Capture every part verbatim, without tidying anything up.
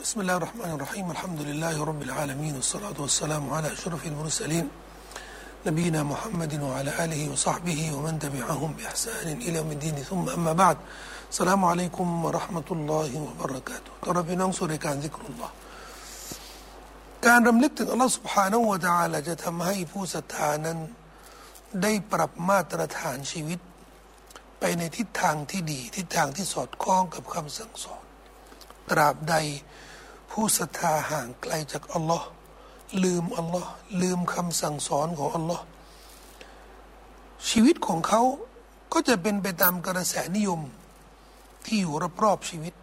بسم الله الرحمن الرحيم الحمد لله رب العالمين والصلاة والسلام على أشرف المرسلين نبينا محمد وعلى آله وصحبه ومن تبعهم بإحسان إلى يوم الدين ثم أما بعد السلام عليكم ورحمة الله وبركاته ตอนรับพี่น้องสู่รายการซิกรุลลอฮ์การรำลึกถึงอัลลอฮ์ سبحانه และ تعالى จะทำให้ผู้ศรัทธานั้นได้ปรับมาตรฐานชีวิตไปในทิศทางที่ดีทิศทางที่สอดคล้องกับคำสั่งสอนตราบใดผู้ศรัทธาห่างไกลจากอัลลอฮ์ลืมอัลลอฮ์ลืมคำสั่งสอนของอัลลอฮ์ชีวิตของเขาก็จะเป็นไปตามกระแสนิยมที่อยู่รอบๆชีวิต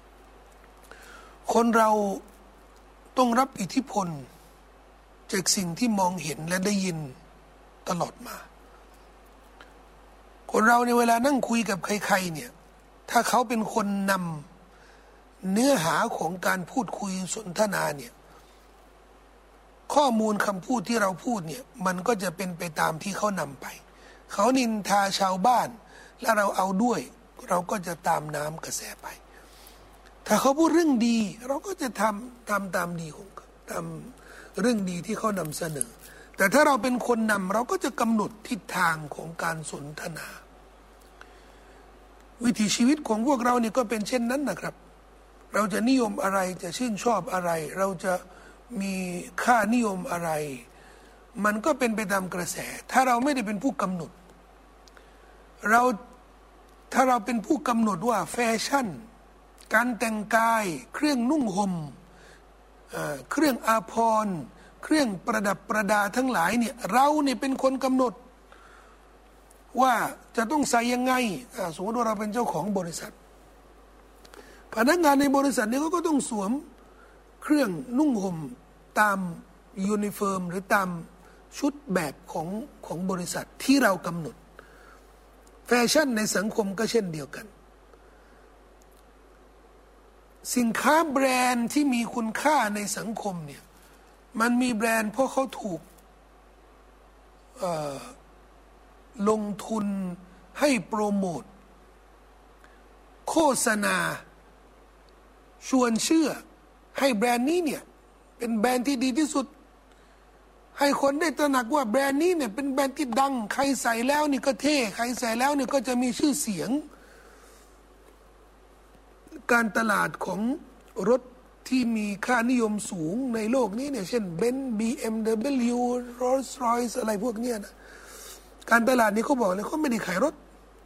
คนเราต้องรับอิทธิพลจากสิ่งที่มองเห็นและได้ยินตลอดมาคนเราในเวลานั่งคุยกับใครๆเนี่ยถ้าเขาเป็นคนนำเนื้อหาของการพูดคุยสนทนาเนี่ยข้อมูลคำพูดที่เราพูดเนี่ยมันก็จะเป็นไปตามที่เขานำไปเขานินทาชาวบ้านและเราเอาด้วยเราก็จะตามน้ำกระแสไปถ้าเขาพูดเรื่องดีเราก็จะทำทำตามดีของเขาทำเรื่องดีที่เขานำเสนอแต่ถ้าเราเป็นคนนำเราก็จะกำหนดทิศทางของการสนทนาวิถีชีวิตของพวกเราเนี่ยก็เป็นเช่นนั้นนะครับเราจะนิยมอะไรจะชื่นชอบอะไรเราจะมีค่านิยมอะไรมันก็เป็นไปตามกระแสถ้าเราไม่ได้เป็นผู้กำหนดเราถ้าเราเป็นผู้กำหนดว่าแฟชั่นการแต่งกายเครื่องนุ่งห่มเครื่องอาภรณ์เครื่องประดับประดาทั้งหลายเนี่ยเราเนี่ยเป็นคนกำหนดว่าจะต้องใส่ยังไงสมมติว่าเราเป็นเจ้าของบริษัทพนักงานในบริษัทนี้เขาก็ต้องสวมเครื่องนุ่งห่มตามยูนิฟอร์มหรือตามชุดแบบของของบริษัทที่เรากำหนดแฟชั่นในสังคมก็เช่นเดียวกันสินค้าแบรนด์ที่มีคุณค่าในสังคมเนี่ยมันมีแบรนด์เพราะเขาถูกลงทุนให้โปรโมทโฆษณาชวนเชื่อให้แบรนด์นี้เนี่ยเป็นแบรนด์ที่ดีที่สุดให้คนได้ตระหนักว่าแบรนด์นี้เนี่ยเป็นแบรนด์ที่ดังใครใส่แล้วนี่ก็เท่ใครใส่แล้วนี่ก็จะมีชื่อเสียงการตลาดของรถที่มีค่านิยมสูงในโลกนี้เนี่ยเช่นเบนซ์ บี เอ็ม ดับเบิลยู Rolls Royce อะไรพวกเนี้ยนะการตลาดนี้เขาบอกเลยเขาไม่ได้ขายรถ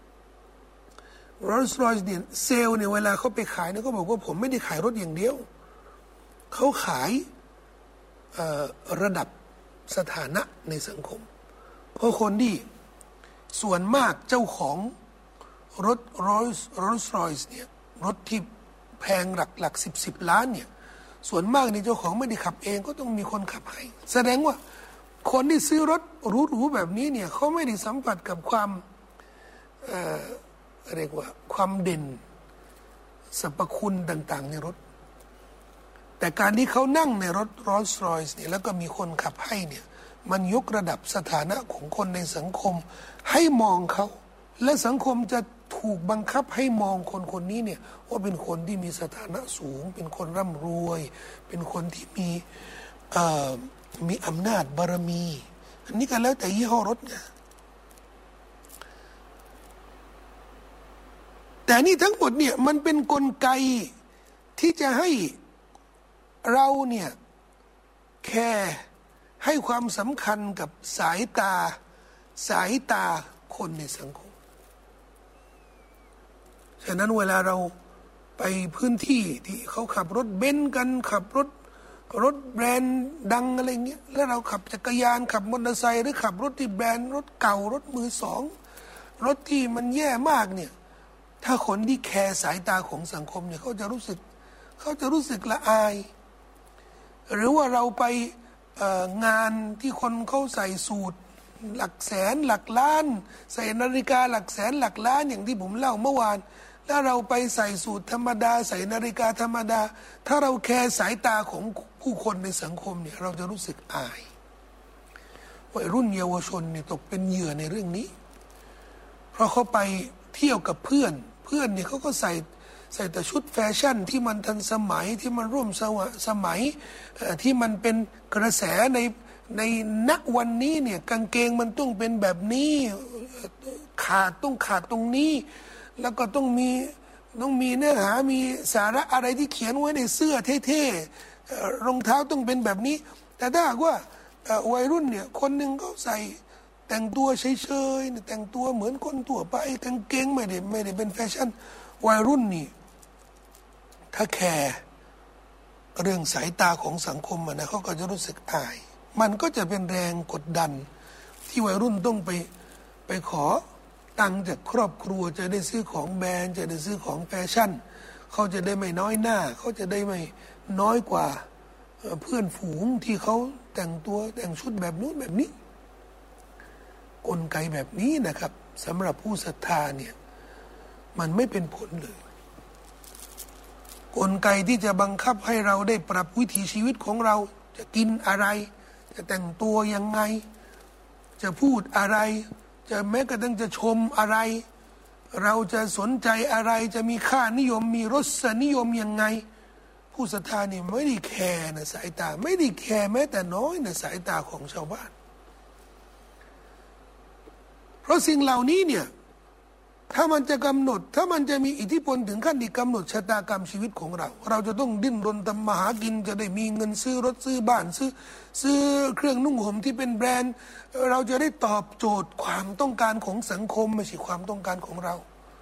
Rolls Royce เนี่ยเซลล์เนี่ยเวลาเขาไปขายเนี่ยเขาบอกว่าผมไม่ได้ขายรถอย่างเดียวเขาขายระดับสถานะในสังคมเพราะคนที่ส่วนมากเจ้าของรถ Rolls Rolls Royce เนี่ยรถที่แพงหลักหลักสิบสิบล้านเนี่ยส่วนมากนี่เจ้าของไม่ได้ขับเองก็ต้องมีคนขับให้แสดงว่าคนที่ซื้อรถหรูๆแบบนี้เนี่ยเขาไม่ได้สัมผัสกับความเอ่อเรียกว่าความเด่นสรรพคุณต่างๆในรถแต่การที่เขานั่งในรถ Rolls Royce เนี่ยแล้วก็มีคนขับให้เนี่ยมันยกระดับสถานะของคนในสังคมให้มองเขาและสังคมจะถูกบังคับให้มองคนคนนี้เนี่ยว่าเป็นคนที่มีสถานะสูงเป็นคนร่ำรวยเป็นคนที่มีมีอำนาจบารมีอันนี้ก็แล้วแต่ยี่ห้อรถเนี่ยแต่นี่ทั้งหมดเนี่ยมันเป็นกลไกที่จะให้เราเนี่ยแค่ให้ความสำคัญกับสายตาสายตาคนในสังคมฉะนั้นเวลาเราไปพื้นที่ที่เขาขับรถเบนซ์กันขับรถรถแบรนด์ดังอะไรเงี้ยแล้วเราขับจักรยานขับมอเตอร์ไซค์หรือขับรถที่แบรนด์รถเก่ารถมือสองรถที่มันแย่มากเนี่ยถ้าคนที่แคร์สายตาของสังคมเนี่ยเขาจะรู้สึกเขาจะรู้สึกละอายหรือว่าเราไปงานที่คนเขาใส่สูทหลักแสนหลักล้านใส่นาฬิกาหลักแสนหลักล้านอย่างที่ผมเล่าเมื่อวานแล้วเราไปใส่สูทธรรมดาใส่นาฬิกาธรรมดาถ้าเราแคร์สายตาของผู้คนในสังคมเนี่ยเราจะรู้สึกอายวัยรุ่นเยาวชนเนี่ยตกเป็นเหยื่อในเรื่องนี้เพราะเขาไปเที่ยวกับเพื่อนเพื่อนเนี่ยเขาก็ใส่ใส่แต่ชุดแฟชั่นที่มันทันสมัยที่มันร่วมสมัยที่มันเป็นกระแสในในณวันนี้เนี่ยกางเกงมันต้องเป็นแบบนี้ขาดต้องขาดตรงนี้แล้วก็ต้องมีต้องมีเนื้อหามีสาระอะไรที่เขียนไว้ในเสื้อเท่ๆรองเท้าต้องเป็นแบบนี้แต่ถ้าหากว่าวัยรุ่นเนี่ยคนหนึ่งเขาใส่แต่งตัวเฉยๆแต่งตัวเหมือนคนทั่วไปกางเกงไม่ได้ไม่ได้เป็นแฟชั่นวัยรุ่นนี่ถ้าแคร์เรื่องสายตาของสังคมนะเขาก็จะรู้สึกอายมันก็จะเป็นแรงกดดันที่วัยรุ่นต้องไปไปขอตังค์จากครอบครัวจะได้ซื้อของแบรนด์จะได้ซื้อของแฟชั่นเขาจะได้ไม่น้อยหน้าเขาจะได้ไม่น้อยกว่าเพื่อนฝูงที่เขาแต่งตัวแต่งชุดแบบนู้นแบบนี้กลไกแบบนี้นะครับสำหรับผู้ศรัทธาเนี่ยมันไม่เป็นผลเลยกลไกที่จะบังคับให้เราได้ปรับวิถีชีวิตของเราจะกินอะไรจะแต่งตัวยังไงจะพูดอะไรจะแม้กระทั่งจะชมอะไรเราจะสนใจอะไรจะมีค่านิยมมีรสนิยมยังไงผู้ศรัทธานี่ไม่ได้แคร์นะสายตาไม่ได้แคร์แม้แต่น้อยนะสายตาของชาวบ้านเพราะสิ่งเหล่านี้เนี่ยถ้ามันจะกำหนดถ้ามันจะมีอิทธิพลถึงขั้นที่กำหนดชะตากรรมชีวิตของเราเราจะต้องดิ้นรนทำมาหากินจะได้มีเงินซื้อรถซื้อบ้านซื้อซื้อเครื่องนุ่งห่มที่เป็นแบรนด์เราจะได้ตอบโจทย์ความต้องการของสังคมไม่ใช่ความต้องการของเรา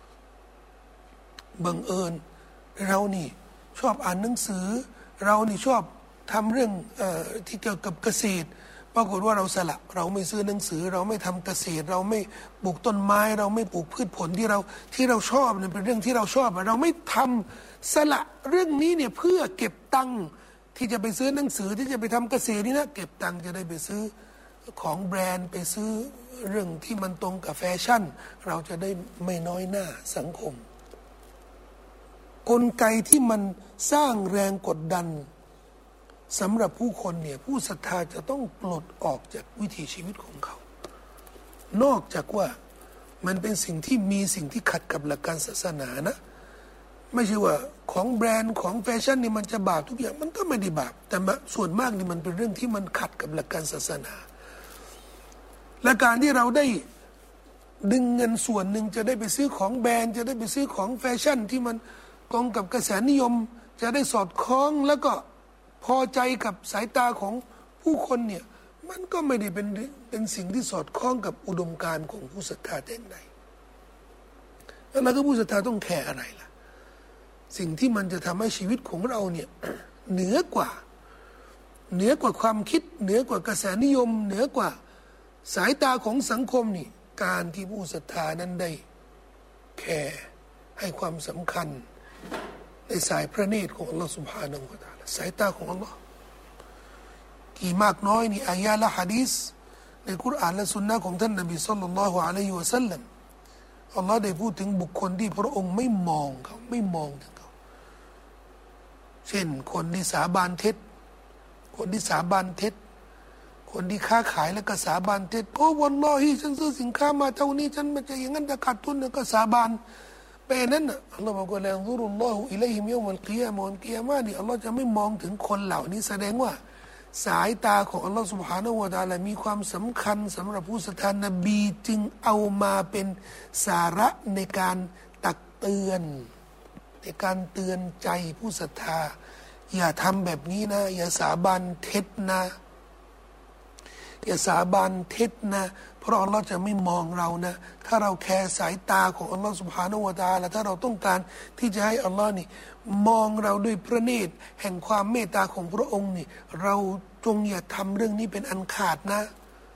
บังเอิญเรานี่ชอบอ่านหนังสือเรานี่ชอบทำเรื่องเอ่อที่เกี่ยวกับเกษตรปรากฏว่าเราสละเราไม่ซื้อหนังสือเราไม่ทำเกษตรเราไม่ปลูกต้นไม้เราไม่ปลูกพืชผลที่เราที่เราชอบเนี่ยเป็นเรื่องที่เราชอบเราไม่ทำสละเรื่องนี้เนี่ยเพื่อเก็บตังค์ที่จะไปซื้อหนังสือที่จะไปทำเกษตรนี่นะเก็บตังค์จะได้ไปซื้อของแบรนด์ไปซื้อเรื่องที่มันตรงกับแฟชั่นเราจะได้ไม่น้อยหน้าสังคมกลไกที่มันสร้างแรงกดดันสำหรับผู้คนเนี่ยผู้ศรัทธาจะต้องปลดออกจากวิถีชีวิตของเขานอกจากว่ามันเป็นสิ่งที่มีสิ่งที่ขัดกับหลักการศาสนานะไม่ใช่ว่าของแบรนด์ของแฟชั่นนี่มันจะบาปทุกอย่างมันก็ไม่ได้บาปแต่ส่วนมากนี่มันเป็นเรื่องที่มันขัดกับหลักการศาสนาและการที่เราได้ดึงเงินส่วนหนึ่งจะได้ไปซื้อของแบรนด์จะได้ไปซื้อของแฟชั่นที่มันตรงกับกระแสนิยมจะได้สอดคล้องแล้วก็พอใจกับสายตาของผู้คนเนี่ยมันก็ไม่ได้เป็นเป็นสิ่งที่สอดคล้องกับอุดมการณ์ของผู้ศรัทธาแต่อย่างใดแล้วก็ผู้ศรัทธาต้องแคร์อะไรล่ะสิ่งที่มันจะทำให้ชีวิตของเราเนี่ย เหนือกว่าเหนือกว่าความคิดเหนือกว่ากระแสนิยมเหนือกว่าสายตาของสังคมนี่การที่ผู้ศรัทธานั้นได้แคร์ให้ความสำคัญในสายพระเนตรของอัลลอฮฺ سبحانه และ تعالى สายตาของอัลลอฮฺกี่มากน้อยนี่อายะและหะดีษในกุรอานและสุนนะของท่านนบีศ็อลลัลลอฮุอะลัยฮิวะซัลลัมอัลลอฮฺได้พูดถึงบุคคลที่พระองค์ไม่มองเขาไม่มองถึงเขาเช่นคนที่สาบานเท็จคนที่สาบานเท็จคนที่ค้าขายแล้วก็สาบานเท็จโอ้วัลลอฮิฉันซื้อสินค้ามาเท่านี้ฉันไม่จะอย่างนั้นจะขาดทุนก็สาบานไปนั้นน่ะอัลลอฮฺบอกว่าละยันซุรุลลอฮุอิลัยฮิมยอมัลกิยามะฮ์วันกิยามะฮ์นี่อัลลอฮฺจะไม่มองถึงคนเหล่านี้แสดงว่าสายตาของอัลลอฮฺ سبحانه และ تعالى มีความสำคัญสำหรับผู้ศรัทธานบีจึงเอามาเป็นสาระในการตักเตือนในการเตือนใจผู้ศรัทธาอย่าทำแบบนี้นะอย่าสาบานเท็จนะอย่าสาบานเท็จนะเพราะอัลลอฮ์จะไม่มองเรานะถ้าเราแคร์สายตาของอัลลอฮ์ سبحانه และ تعالى ถ้าเราต้องการที่จะให้อัลลอฮ์นี่มองเราด้วยพระเนตรแห่งความเมตตาของพระองค์นี่เราจงอย่าทำเรื่องนี้เป็นอันขาดนะ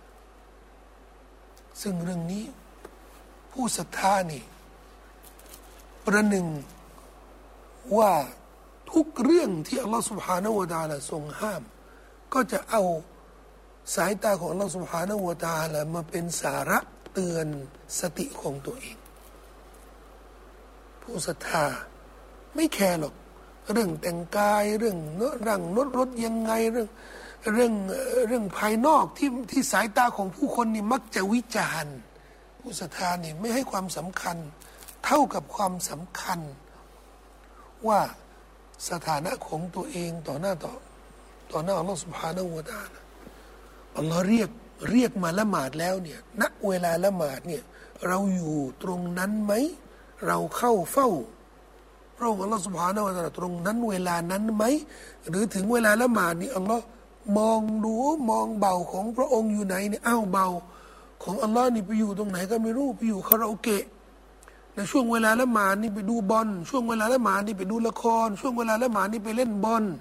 ซึ่งเรื่องนี้ผู้ศรัทธานี่ประหนึ่งว่าทุกเรื่องที่อัลลอฮ์ سبحانه และ تعالى ทรงห้ามก็จะเอาสายตาของอัลลอฮฺ سبحانه และ تعالى มาเป็นสาระเตือนสติของตัวเองผู้ศรัทธาไม่แคร์หรอกเรื่องแต่งกายเรื่องร่างนดรถยังไงเรื่องเรื่องเรื่องภายนอกที่ที่สายตาของผู้คนนี่มักจะวิจารณ์ผู้ศรัทธานี่ไม่ให้ความสำคัญเท่ากับความสำคัญว่าสถานะของตัวเองต่อหน้าต่อต่อหน้าอัลลอฮฺ سبحانه และ تعالى อัลลอฮ์เรียกเรียกมาละหมาดแล้วเนี่ยณเวลาละหมาดเนี่ยเราอยู่ตรงนั้นไหมเราเข้าเฝ้าพระองค์อัลลอฮฺ سبحانه และ تعالى ตรงนั้นเวลานั้นไหมหรือถึงเวลาละหมาดนี่อัลลอฮ์มองดูมองเบาของพระองค์อยู่ไหนเนี่ยอ้าวเบาของอัลลอฮ์นี่ไปอยู่ตรงไหนก็ไม่รู้ไปอยู่คาราโอเกะในช่วงเวลาละหมาดนี่ไปดูบอลช่วงเวลาละหมาดนี่ไปดูละครช่วงเวลาละหมาดนี่ไปเล่นบอล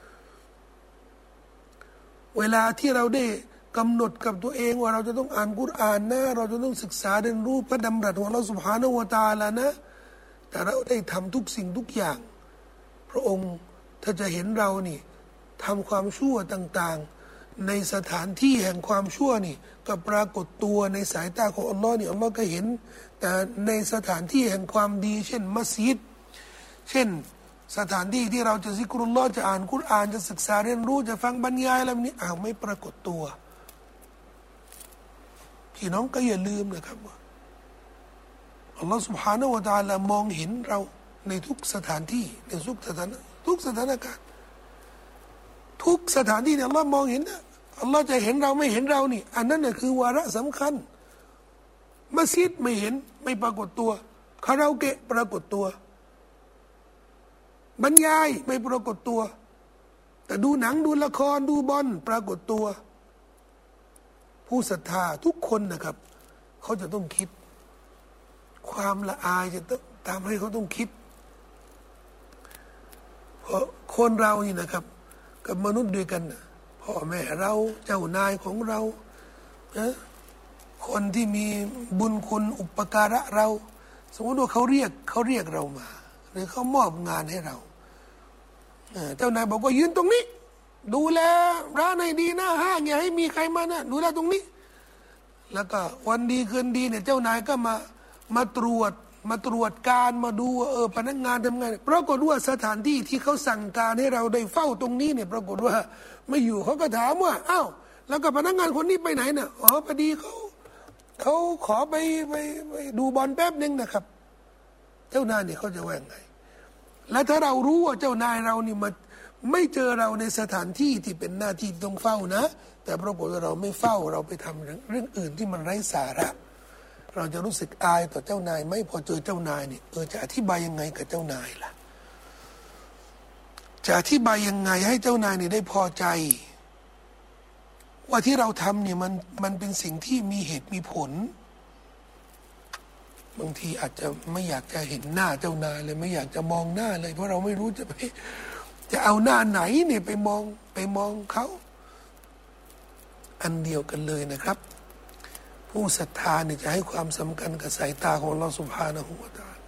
เวลาที่เราได้กำหนดกับตัวเองว่าเราจะต้องอ่านกุรอานนะเราจะต้องศึกษาเรียนรู้พระดำรัสของเราซุบฮานะฮูวะตะอาลานะแต่เราได้ทำทุกสิ่งทุกอย่างพระองค์ถ้าจะเห็นเรานี่ทำความชั่วต่างๆในสถานที่แห่งความชั่วนี่ก็ปรากฏตัวในสายตาของอัลลอฮ์นี่อัลลอฮ์ก็เห็นแต่ในสถานที่แห่งความดีเช่นมัสยิดเช่นสถานที่ที่เราจะซิกรุลลอฮ์จะอ่านกุรอานจะศึกษาเรียนรู้จะฟังบรรยายอะไรแบบนี้อ้าวไม่ปรากฏตัวพี่น้องก็อย่าลืมนะครับว่าอัลลอฮ์ سبحانه และ تعالى มองเห็นเราในทุกสถานที่ในทุกสถานทุกสถานการณ์ทุกสถานที่เนี่ยอัลลอฮ์มองเห็นนะอัลลอฮ์จะเห็นเราไม่เห็นเรานี่อันนั้นน่ะคือวาระสำคัญมัสยิดไม่เห็นไม่ปรากฏตัวคาราโอเกะปรากฏตัวบรรยายไม่ปรากฏตัวแต่ดูหนังดูละครดูบอลปรากฏตัวผู้ศรัทธาทุกคนนะครับเขาจะต้องคิดความละอายจะต้องตามให้เขาต้องคิดเพราะคนเรานี่นะครับกับมนุษย์ด้วยกันพ่อแม่เราเจ้านายของเรานะคนที่มีบุญคุณอุปการะเราสมมติว่าเขาเรียกเขาเรียกเรามาหรือเขามอบงานให้เราเจ้านายบอกว่ายืนตรงนี้ดูแลร้านให้ดีหน้าห้างอย่าให้มีใครมานะดูแลตรงนี้แล้วก็วันดีคืนดีเนี่ยเจ้านายก็มามาตรวจมาตรวจการมาดูเออพนักงานทำงานปรากฏว่าสถานที่ที่เขาสั่งการให้เราได้เฝ้าตรงนี้เนี่ยปรากฏว่าไม่อยู่เขาก็ถามว่าอ้าวแล้วก็พนักงานคนนี้ไปไหนเนี่ยอ๋อพอดีเขาเขาขอไปไปไปดูบอลแป๊บนึงนะครับเจ้านายเนี่ยเขาจะว่าไงและถ้าเรารู้ว่าเจ้านายเรานี่มาไม่เจอเราในสถานที่ที่เป็นหน้าที่ต้องเฝ้านะแต่ปรากฏว่าเราไม่เฝ้าเราไปทำเรื่องอื่นที่มันไร้สาระเราจะรู้สึกอายต่อเจ้านายไม่พอเจอเจ้านายเนี่ยเออจะอธิบายยังไงกับเจ้านายล่ะจะอธิบายยังไงให้เจ้านายเนี่ยได้พอใจว่าที่เราทำเนี่ยมันมันเป็นสิ่งที่มีเหตุมีผลบางทีอาจจะไม่อยากจะเห็นหน้าเจ้านายเลยไม่อยากจะมองหน้าเลยเพราะเราไม่รู้จะไปจะเอาหน้าไหนเนี่ยไปมองไปมองเขาอันเดียวกันเลยนะครับผู้ศรัทธาเนี่ยจะให้ความสำคัญกับสายตาของอัลลอฮฺซุบฮานะฮูวะตะอาลา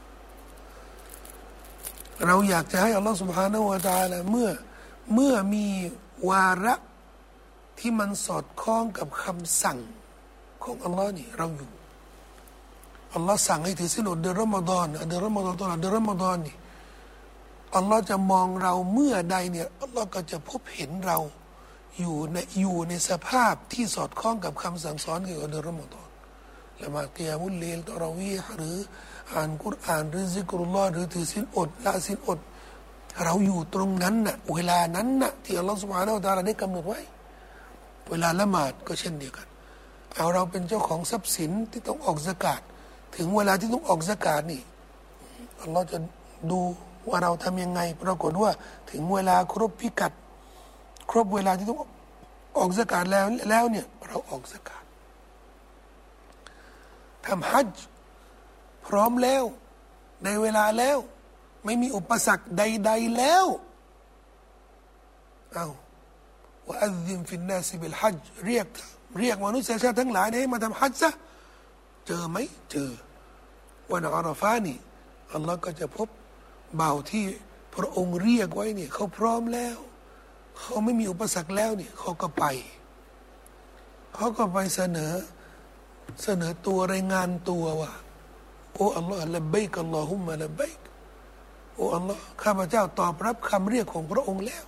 เราอยากจะให้อัลลอฮฺซุบฮานะฮูวะตะอาลาเมื่อเมื่อมีวาระที่มันสอดคล้องกับคำสั่งของอัลลอฮ์นี่เราอยู่อัลลอฮ์สั่งให้ถือศีลอดเดือนรอมฎอนเดือนรอมฎอนตลอดเดือนรอมฎอนนี่อัลลอฮ์จะมองเราเมื่อใดเนี่ยอัลลอฮ์ก็จะพบเห็นเราอยู่ในอยู่ในสภาพที่สอดคล้องกับคำสั่งสอนเกี่ยวกับเดือนรอมฎอนละหมาดกิยามุลเลลตะเราะวีห์หรืออ่านกุรอานหรือซิกรุลลอฮ์หรือถือศีลอดละศีลอดเราอยู่ตรงนั้นน่ะเวลานั้นน่ะที่อัลลอฮ์ซุบฮานะฮูวะตะอาลาได้กำหนดไว้เวลาละหมาดก็เช่นเดียวกันเอาเราเป็นเจ้าของทรัพย์สินที่ต้องออกซะกาตถึงเวลาที่ต้องออกซะกาตนี่อัลลอฮ์จะดูว่าเราทำยังไงปรากฏว่าถึงเวลาครบพิกัดครบเวลาที่ต้องออกซะกาตแล้วแล้วเนี่ยเราออกซะกาตทำฮัจญ์พร้อมแล้วในเวลาแล้วไม่มีอุปสรรคใดๆแล้วเอาวะอัซซิมฟินนาซิบิลฮัจญ์เรียกเรียกมนุษยชาติทั้งหลายให้มาทำฮัจญ์ซะเจอไหมเจอวันอาราฟานี่อัลลอฮ์ก็จะพบบ่าวที่พระองค์เรียกไว้เนี่ยเขาพร้อมแล้วเขาไม่มีอุปสรรคแล้วเนี่ยเขาก็ไปเขาก็ไปเสนอเสนอตัวรายงานตัวว่าโอ้อัลลอฮ์ละบัยกอัลลอฮุมมะละบัยกโอ้อัลลอฮ์ข้าพเจ้าตอบรับคำเรียกของพระองค์แล้ว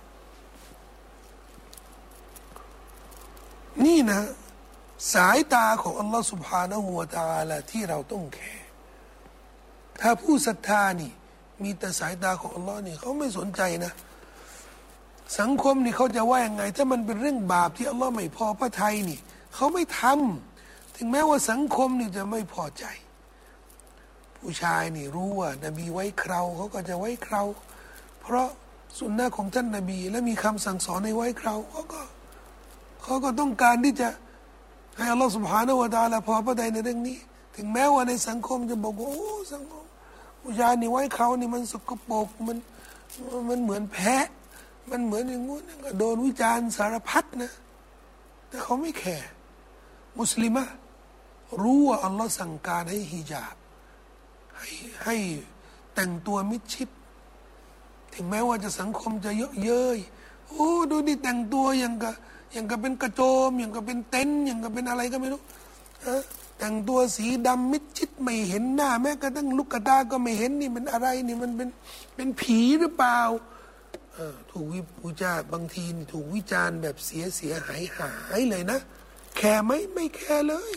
นี่นะสายตาของอัลลอฮ์ سبحانه และ تعالى ที่เราต้องแคร์ถ้าผู้ศรัทธานี่มีแต่สายตาของอัลลอฮ์นี่เขาไม่สนใจนะสังคมนี่เขาจะว่ายังไงถ้ามันเป็นเรื่องบาปที่อัลลอฮ์ไม่พอพระทัยนี่เขาไม่ทำถึงแม้ว่าสังคมนี่จะไม่พอใจผู้ชายนี่รู้ว่านบีไว้เคราเขาก็จะไว้เคราเพราะสุนนะของท่านนบีและมีคำสั่งสอนในไว้เคราเขาก็เขาก็ต้องการที่จะให้อัลลอฮฺ سبحانه และ تعالى พอพระทัยในเรื่องนี้ถึงแม้ว่าในสังคมจะบอกว่าโอ้สังคมผู้ชายนี่ไว้เครานี่มันสกปรกมันมันเหมือนแพะมันเหมือนอย่างงู้นก็โดนวิจารณ์สารพัดนะแต่เขาไม่แคร์มุสลิมะรู้ว่าอัลลอฮ์สั่งการให้ฮิญาบให้ให้แต่งตัวมิดชิดถึงแม้ว่าจะสังคมจะเยอะเย้ยโอ้ดูดิแต่งตัวอย่างกับอย่างกับเป็นกระโจมอย่างกับเป็นเต็นท์อย่างกับเป็นอะไรก็ไม่รู้แต่งตัวสีดำมิดชิดไม่เห็นหน้าแม้กระทั่งลูกตาก็ไม่เห็นนี่มันอะไรนี่มันเป็นเป็นผีหรือเปล่าถูกวิจารณ์บางทีถูกวิจารณ์แบบเสียเสียหายหายเลยนะแคร์ไหมไม่แคร์เลย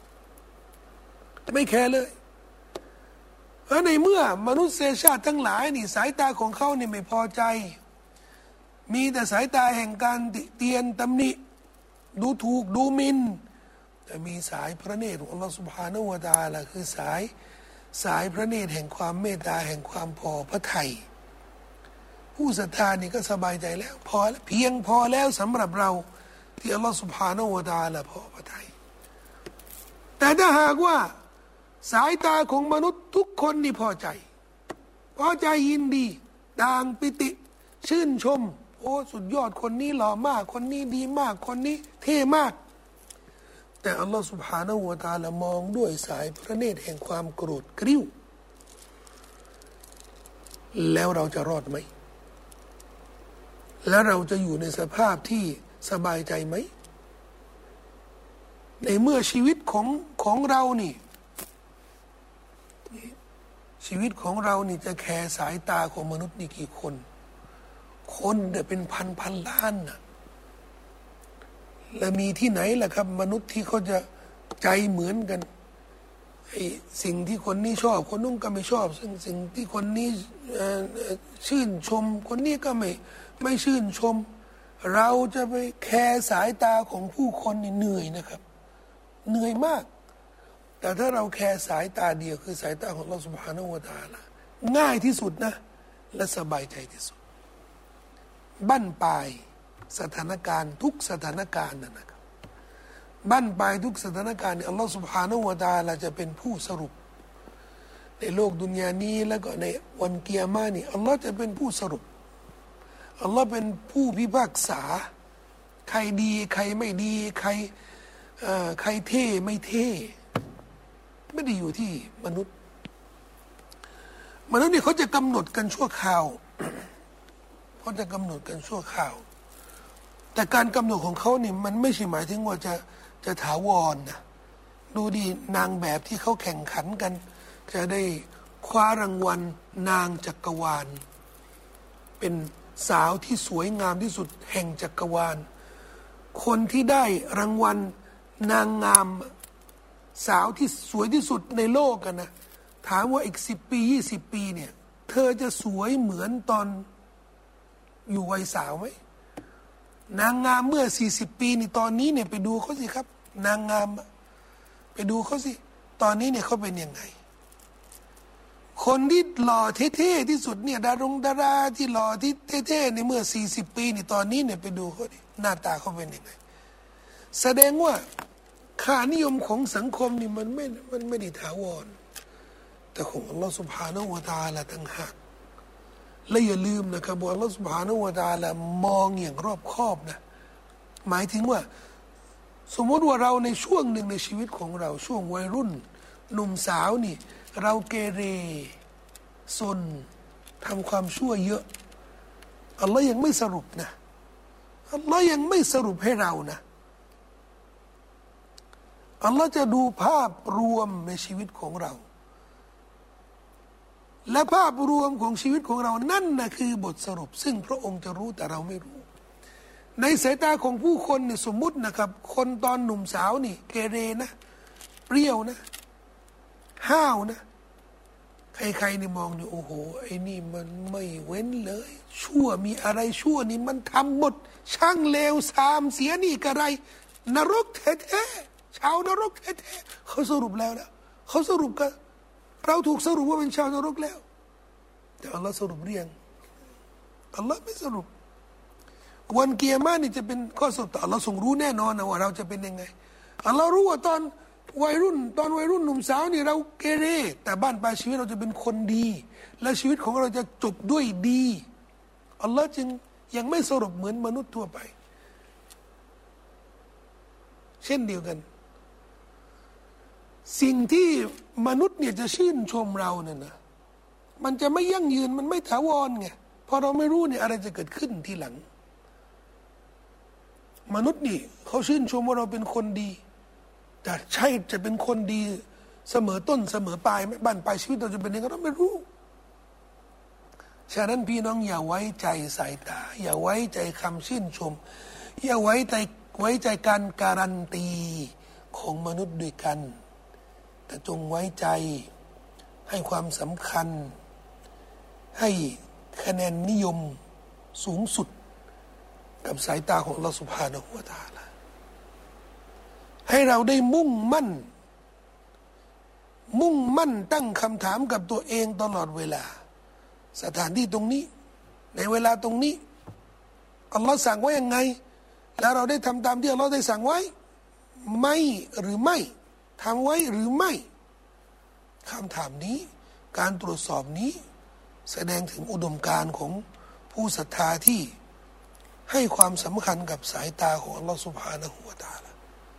ไม่แคร์เลยเพราะในเมื่อมนุษยชาติทั้งหลายนี่สายตาของเขาเนี่ยไม่พอใจมีแต่สายตาแห่งการติเตียนตำหนิดูถูกดูหมิ่นแต่มีสายพระเนตรของอัลลอฮฺ سبحانه และ تعالى คือสายสายพระเนตรแห่งความเมตตาแห่งความพอพระทัยผู้ศรัทธานี่ก็สบายใจแล้วพอเพียงพอแล้วสำหรับเราที่อัลลอฮฺ سبحانه และ تعالى พอพระทัยแต่ถ้าหากว่าสายตาของมนุษย์ทุกคนนี่พอใจพอใจยินดีต่างปิติชื่นชมโอ้สุดยอดคนนี้หล่อมากคนนี้ดีมากคนนี้เท่มากแต่อัลลอฮฺ سبحانه และ تعالى มองด้วยสายพระเนตรแห่งความโกรธกริ้วแล้วเราจะรอดไหมแล้วเราจะอยู่ในสภาพที่สบายใจไหมในเมื่อชีวิตของของเรานี่ชีวิตของเรานี่จะแคร์สายตาของมนุษย์นี่กี่คนคนเนี่ยเป็นพันพันล้านนะและมีที่ไหนล่ะครับมนุษย์ที่เขาจะใจเหมือนกันไอ้สิ่งที่คนนี้ชอบคนนู้นก็ไม่ชอบซึ่งสิ่งที่คนนี้ชื่นชมคนนี้ก็ไม่ไม่ชื่นชมเราจะไปแคร์สายตาของผู้คนนี่เหนื่อยนะครับเหนื่อยมากแต่ถ้าเราแคร์สายตาเดียวคือสายตาของเรา سبحانه และ تعالى ง่ายที่สุดนะและสบายใจที่สุดบั้นปลายสถานการณ์ทุกสถานการณ์นั่นนะครับบั้นปลายทุกสถานการณ์เนี่ยอัลลอฮฺ سبحانه และ تعالى จะเป็นผู้สรุปในโลกดุนยานี้แล้วก็ในวันกิยามะห์นี่อัลลอฮฺจะเป็นผู้สรุปอัลลอฮฺเป็นผู้พิพากษาใครดีใครไม่ดีใครใครเท่ไม่เท่ไม่ได้อยู่ที่มนุษย์มนุษย์นี่เขาจะกำหนดกันชั่วคราวเขาจะกำหนดกันชั่วคราวแต่การกำหนดของเขานี่มันไม่ใช่หมายถึงว่าจะจะถาวรนะดูดีนางแบบที่เขาแข่งขันกันจะได้คว้ารางวัลนางจักรวาลเป็นสาวที่สวยงามที่สุดแห่งจักรวาลคนที่ได้รางวัลนางงามสาวที่สวยที่สุดในโลกกันนะถามว่าอีกสิบปียี่สิบปีเนี่ยเธอจะสวยเหมือนตอนอยู่วัยสาวไหมนางงามเมื่อสี่สิบปีนี่ตอนนี้เนี่ยไปดูเขาสิครับนางงามไปดูเขาสิตอนนี้เนี่ยเขาเป็นยังไงคนที่หล่อเท่ๆที่สุดเนี่ยดารงดาราที่หล่อที่เท่ๆในเมื่อสี่สิบปีนี่ตอนนี้เนี่ยไปดูเขาดิหน้าตาเขาเป็นยังไงแสดงว่าค่านิยมของสังคมนี่มันไม่มันไม่ได้ถาวรแต่ของอัลลอฮฺ سبحانه และ تعالى ต่างหากและอย่าลืมนะครับว่าอัลลอฮฺ سبحانه และ تعالى มองอย่างรอบคอบนะหมายถึงว่าสมมติว่าเราในช่วงหนึ่งในชีวิตของเราช่วงวัยรุ่นหนุ่มสาวนี่เราเกเรซนทำความชั่วเยอะอัลลอฮ์ยังไม่สรุปนะอัลลอฮ์ยังไม่สรุปให้เรานะอัลลอฮ์จะดูภาพรวมในชีวิตของเราและภาพรวมของชีวิตของเรานั่นนะคือบทสรุปซึ่งพระองค์จะรู้แต่เราไม่รู้ในสายตาของผู้คนเนี่ยสมมุตินะครับคนตอนหนุ่มสาวนี่เกเรนะเปรี้ยวนะห้าวนะใครๆนี่มองนี่โอ้โหไอ้นี่มันไม่เว้นเลย ชั่วมีอะไรชั่วนี่มันทำหมดช่างเลวทรามเสียนี่กระไรนรกแท้ๆชาวนรกแท้ๆเขาสรุปแล้วนะเขาสรุปกันเราถูกสรุปว่าเป็นชาวนรกแล้วแต่อัลลอฮ์สรุปเรียงอัลลอฮ์ไม่สรุปวันเกียร์มานี่จะเป็นข้อสรุปแต่อัลลอฮ์ทรงรู้แน่นอนนะว่าเราจะเป็นยังไงอัลลอฮ์รู้ว่าตอนวัยรุ่นตอนวัยรุ่นหนุ่มสาวนี่เราเกเรแต่บ้านปลายชีวิตเราจะเป็นคนดี และชีวิตของเราจะจบด้วยดีอัลลอฮ์จึงยังไม่สรุปเหมือนมนุษย์ทั่วไปเช่นเดียวกันสิ่งที่มนุษย์เนี่ยจะชื่นชมเราเนี่ยนะมันจะไม่ยั่งยืนมันไม่ถาวรไงเพราะเราไม่รู้เนี่ยอะไรจะเกิดขึ้นทีหลังมนุษย์นี่เขาชื่นชมว่าเราเป็นคนดีแต่ใช่จะเป็นคนดีเสมอต้นเสมอปลายไหมบ้านปลายชีวิตเราจะเป็นยังไงเราไม่รู้ฉะนั้นพี่น้องอย่าไว้ใจสายตาอย่าไว้ใจคำชื่นชมอย่าไว้ใจไว้ใจการการันตีของมนุษย์ด้วยกันแต่จงไว้ใจให้ความสำคัญให้คะแนนนิยมสูงสุดกับสายตาของอัลเลาะห์ซุบฮานะฮูวะตะอาลาให้เราได้มุ่งมั่นมุ่งมั่นตั้งคำถามกับตัวเองตลอดเวลาสถานที่ตรงนี้ในเวลาตรงนี้อัลลอฮ์สั่งไว้ยังไงแล้วเราได้ทำตามที่อัลลอฮ์ได้สั่งไว้ไม่หรือไม่ทำไว้หรือไม่คำถามนี้การตรวจสอบนี้แสดงถึงอุดมการณ์ของผู้ศรัทธาที่ให้ความสำคัญกับสายตาของอัลลอฮ์ سبحانه และ تعالى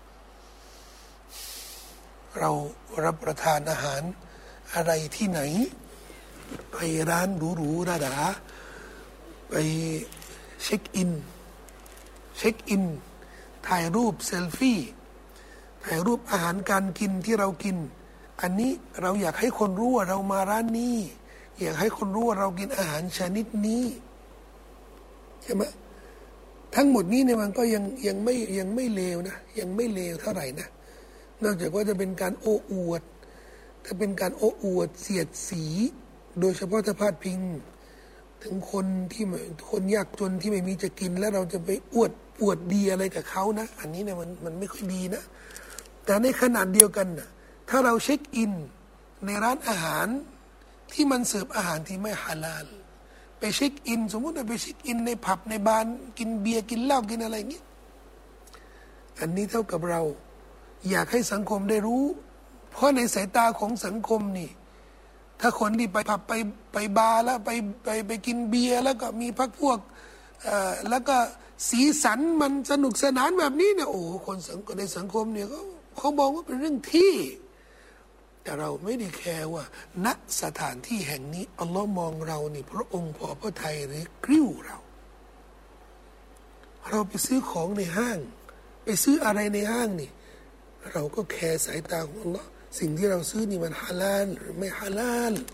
เรารับประทานอาหารอะไรที่ไหนไปร้านหรูๆระดาไปเช็คอินเช็คอินถ่ายรูปเซลฟี่ถ่ายรูปอาหารการกินที่เรากินอันนี้เราอยากให้คนรู้ว่าเรามาร้านนี้อยากให้คนรู้ว่าเรากินอาหารชนิดนี้ใช่ไหมทั้งหมดนี้เนี่ยมันก็ยังยังไม่ยังไม่เลวนะยังไม่เลวเท่าไหร่นะนอกจากว่าจะเป็นการโอ้อวดถ้าเป็นการโอ้อวดเสียดสีโดยเฉพาะถ้าพาดพิงถึงคนที่คนยากจนที่ไม่มีจะกินแล้วเราจะไปอวดอวดดีอะไรกับเขานะอันนี้เนี่ยมันมันไม่ค่อยดีนะแต่ในขนาดเดียวกันนะถ้าเราเช็คอินในร้านอาหารที่มันเสิร์ฟอาหารที่ไม่ฮาลาลไปเช็คอินสมมติว่าไปเช็คอินในผับในบาร์กินเบียร์กินเหล้ากินอะไรอย่างนี้อันนี้เท่ากับเราอยากให้สังคมได้รู้เพราะในสายตาของสังคมนี่ถ้าคนที่ไปผับไปไปบาร์แล้วไปไปไปกินเบียร์แล้วก็มีพักพวกเอ่อแล้วก็สีสันมันสนุกสนานแบบนี้เนี่ยโอ้คนสังในสังคมเนี่ยเขาเขาบอกว่าเป็นเรื่องที่แต่เราไม่ได้แคร์ว่าณสถานที่แห่งนี้อัลลอฮ์มองเรานี่พระองค์พอพระทัยหรือกริ้วเราเราไปซื้อของในห้างไปซื้ออะไรในห้างนี่เราก็แคร์สายตาของอัลลอฮ์สิ่งที่เราซื้อนี่มันฮาลาลหรือไม่ฮาลาล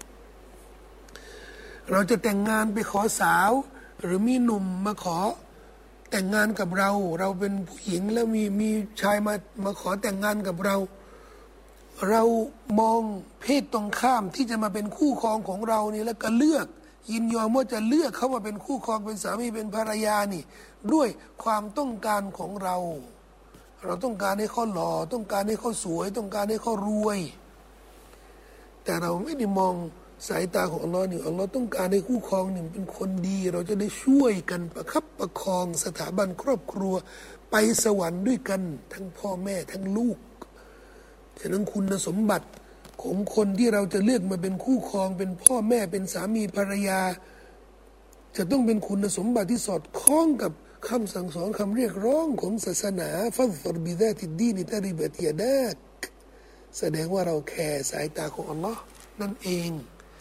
เราจะแต่งงานไปขอสาวหรือมีหนุ่มมาขอแต่งงานกับเราเราเป็นผู้หญิงแล้วมีมีชายมามาขอแต่งงานกับเราเรามองเพศตรงข้ามที่จะมาเป็นคู่ครองของเรานี่แล้วก็เลือกยินยอมว่าจะเลือกเขามาเป็นคู่ครองเป็นสามีเป็นภรรยานี่ด้วยความต้องการของเราเราต้องการให้เขาหล่อต้องการให้เขาสวยต้องการให้เขารวยแต่เราไม่ได้มองสายตาของอัลลอฮ์นี่อัลลอฮ์ต้องการให้คู่ครองนี่เป็นคนดีเราจะได้ช่วยกันประคับประคองสถาบันครอบครัวไปสวรรค์ด้วยกันทั้งพ่อแม่ทั้งลูกฉะนั้นคุณสมบัติของคนที่เราจะเลือกมาเป็นคู่ครองเป็นพ่อแม่เป็นสามีภรรยาจะต้องเป็นคุณสมบัติที่สอดคล้องกับคำสั่งสอนคำเรียกร้องของศาสนาฟัซรบิดาติดดีนิตาริบัตยาดากแสดงว่าเราแคร์สายตาของอัลลอฮ์นั่นเอง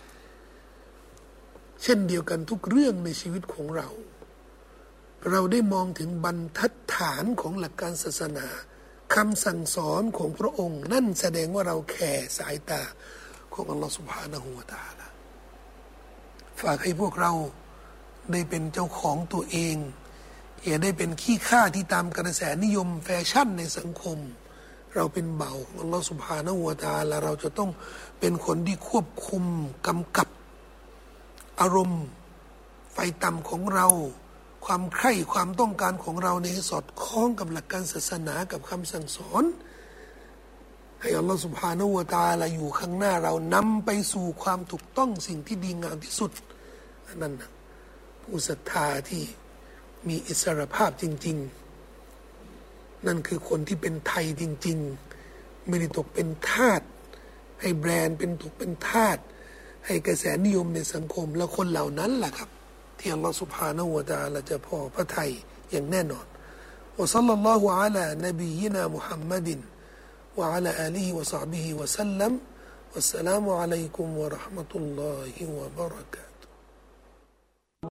เช่นเดียวกันทุกเรื่องในชีวิตของเราเราได้มองถึงบรรทัดฐานของหลักการศาสนาคำสั่งสอนของพระองค์นั่นแสดงว่าเราแคร์สายตาของอัลลอฮฺ سبحانه และ تعالى ฝากให้พวกเราได้เป็นเจ้าของตัวเองอย่าได้เป็นขี้ข้าที่ตามกระแสนิยมแฟชั่นในสังคมเราเป็นเบาของอัลลอฮฺซุบฮานะฮูวะตะอาลาเราจะต้องเป็นคนที่ควบคุมกำกับอารมณ์ไฟต่ำของเราความใคร่ความต้องการของเราในสอดคล้องกับหลักการศาสนากับคำสั่งสอนให้อัลลอฮฺ سبحانه และ تعالى อยู่ข้างหน้าเรานำไปสู่ความถูกต้องสิ่งที่ดีงามที่สุดอันนั้นนะผู้ศรัทธาที่มีอิสรภาพจริงๆนั่นคือคนที่เป็นไทยจริงๆไม่ได้ตกเป็นทาสให้แบรนด์เป็นตกเป็นทาสให้กระแสนิยมในสังคมแล้วคนเหล่านั้นแหละครับที่อัลลอฮฺ سبحانه และ تعالى จะพอพระทัยอย่างแน่นอนวะซัลลัลลอฮุอะลานบียินามุฮัมมัดوعلى آله وصحبه وسلم والسلام عليكم ورحمة الله وبركاته